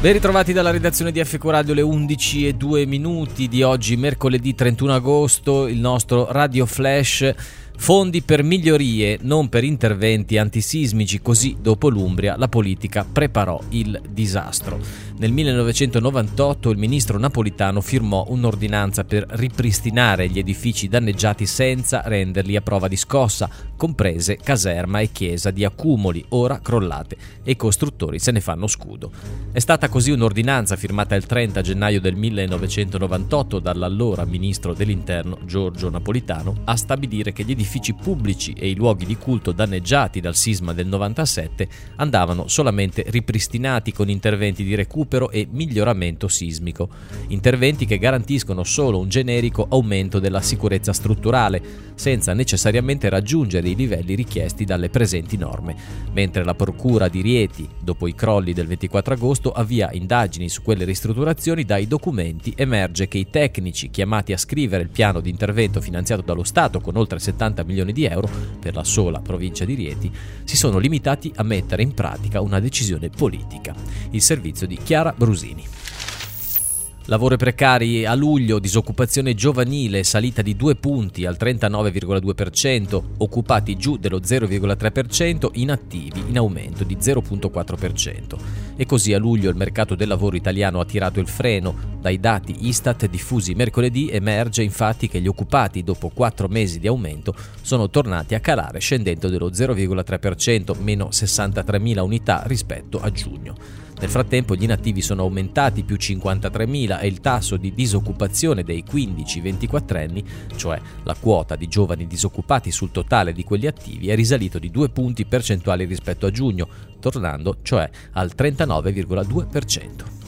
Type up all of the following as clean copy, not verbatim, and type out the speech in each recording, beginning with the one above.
Ben ritrovati dalla redazione di FQ Radio, le 11:02 di oggi, mercoledì 31 agosto, il nostro Radio Flash. Fondi per migliorie, non per interventi antisismici, così dopo l'Umbria la politica preparò il disastro. Nel 1998 il ministro Napolitano firmò un'ordinanza per ripristinare gli edifici danneggiati senza renderli a prova di scossa, comprese caserma e chiesa di accumuli, ora crollate, e i costruttori se ne fanno scudo. È stata così un'ordinanza firmata il 30 gennaio del 1998 dall'allora ministro dell'Interno Giorgio Napolitano a stabilire che gli edifici pubblici e i luoghi di culto danneggiati dal sisma del 97 andavano solamente ripristinati con interventi di recupero e miglioramento sismico, interventi che garantiscono solo un generico aumento della sicurezza strutturale, senza necessariamente raggiungere i livelli richiesti dalle presenti norme, mentre la Procura di Rieti, dopo i crolli del 24 agosto, avvia indagini su quelle ristrutturazioni. Dai documenti emerge che i tecnici chiamati a scrivere il piano di intervento finanziato dallo Stato con oltre 70 milioni di euro per la sola provincia di Rieti si sono limitati a mettere in pratica una decisione politica. Il servizio di Chiara Brusini. Lavori precari a luglio, disoccupazione giovanile salita di 2 punti al 39,2%, occupati giù dello 0,3%, inattivi in aumento di 0,4%. E così a luglio il mercato del lavoro italiano ha tirato il freno. Dai dati Istat diffusi mercoledì emerge infatti che gli occupati dopo 4 mesi di aumento sono tornati a calare scendendo dello 0,3%, meno 63.000 unità rispetto a giugno. Nel frattempo gli inattivi sono aumentati, più 53.000, e il tasso di disoccupazione dei 15-24 anni, cioè la quota di giovani disoccupati sul totale di quelli attivi, è risalito di 2 punti percentuali rispetto a giugno, tornando cioè al 39,2%.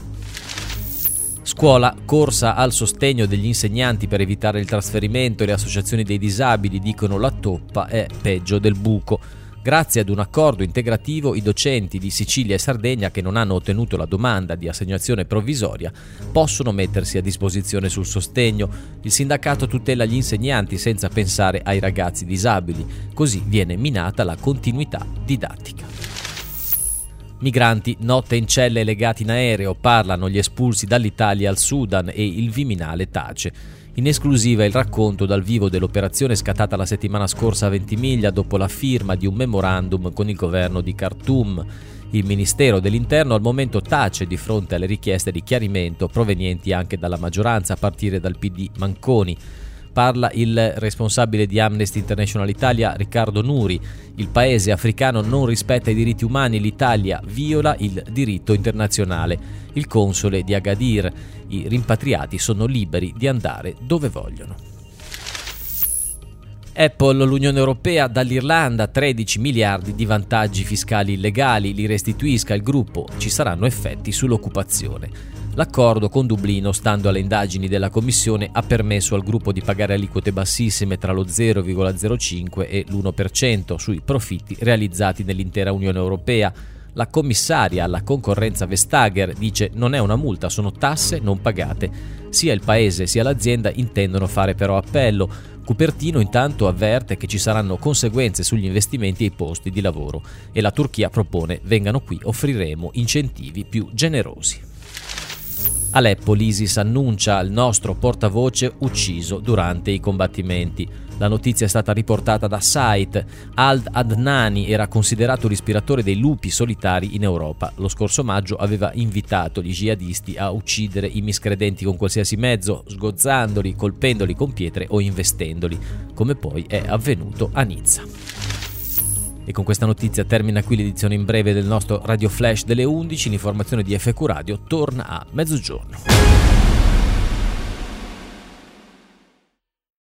Scuola, corsa al sostegno degli insegnanti per evitare il trasferimento, e le associazioni dei disabili dicono la toppa è peggio del buco. Grazie ad un accordo integrativo, i docenti di Sicilia e Sardegna che non hanno ottenuto la domanda di assegnazione provvisoria possono mettersi a disposizione sul sostegno. Il sindacato tutela gli insegnanti senza pensare ai ragazzi disabili, così viene minata la continuità didattica. Migranti, notte in celle legati in aereo, parlano gli espulsi dall'Italia al Sudan e il Viminale tace. In esclusiva il racconto dal vivo dell'operazione scattata la settimana scorsa a Ventimiglia dopo la firma di un memorandum con il governo di Khartoum. Il Ministero dell'Interno al momento tace di fronte alle richieste di chiarimento provenienti anche dalla maggioranza a partire dal PD Manconi. Parla il responsabile di Amnesty International Italia, Riccardo Nuri. Il paese africano non rispetta i diritti umani, l'Italia viola il diritto internazionale. Il console di Agadir. I rimpatriati sono liberi di andare dove vogliono. Apple, l'Unione Europea dall'Irlanda 13 miliardi di vantaggi fiscali illegali, li restituisca il gruppo, ci saranno effetti sull'occupazione. L'accordo con Dublino, stando alle indagini della Commissione, ha permesso al gruppo di pagare aliquote bassissime tra lo 0,05 e l'1% sui profitti realizzati nell'intera Unione Europea. La commissaria alla concorrenza Vestager dice non è una multa, sono tasse non pagate. Sia il paese sia l'azienda intendono fare però appello. Cupertino intanto avverte che ci saranno conseguenze sugli investimenti e i posti di lavoro e la Turchia propone vengano qui, offriremo incentivi più generosi. Aleppo, l'ISIS annuncia il nostro portavoce ucciso durante i combattimenti. La notizia è stata riportata da Site. Al-Adnani era considerato l'ispiratore dei lupi solitari in Europa. Lo scorso maggio aveva invitato gli jihadisti a uccidere i miscredenti con qualsiasi mezzo, sgozzandoli, colpendoli con pietre o investendoli, come poi è avvenuto a Nizza. E con questa notizia termina qui l'edizione in breve del nostro Radio Flash delle 11. L'informazione di FQ Radio torna a mezzogiorno.